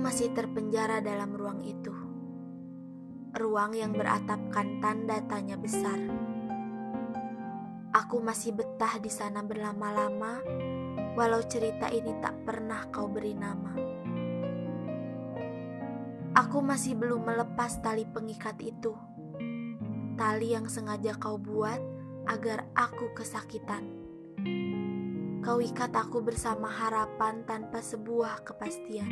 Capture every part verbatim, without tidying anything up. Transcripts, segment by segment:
masih terpenjara dalam ruang itu. Ruang yang beratapkan tanda tanya besar. Aku masih betah di sana berlama-lama, walau cerita ini tak pernah kau beri nama. Aku masih belum melepas tali pengikat itu, tali yang sengaja kau buat agar aku kesakitan. Kau ikat aku bersama harapan tanpa sebuah kepastian.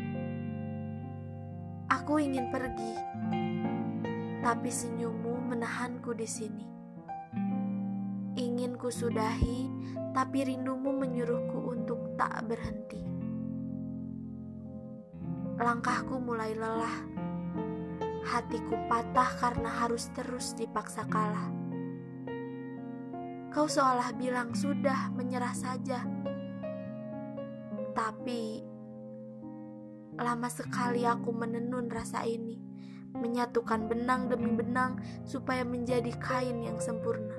Aku ingin pergi, tapi senyummu menahanku di sini. Ingin ku sudahi, tapi rindumu menyuruhku untuk tak berhenti. Langkahku mulai lelah, hatiku patah karena harus terus dipaksa kalah. Kau seolah bilang sudah menyerah saja, tapi lama sekali aku menenun rasa ini, menyatukan benang demi benang supaya menjadi kain yang sempurna.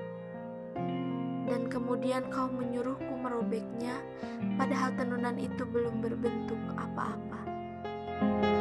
Dan kemudian kau menyuruhku merobeknya, padahal tenunan itu belum berbentuk apa-apa.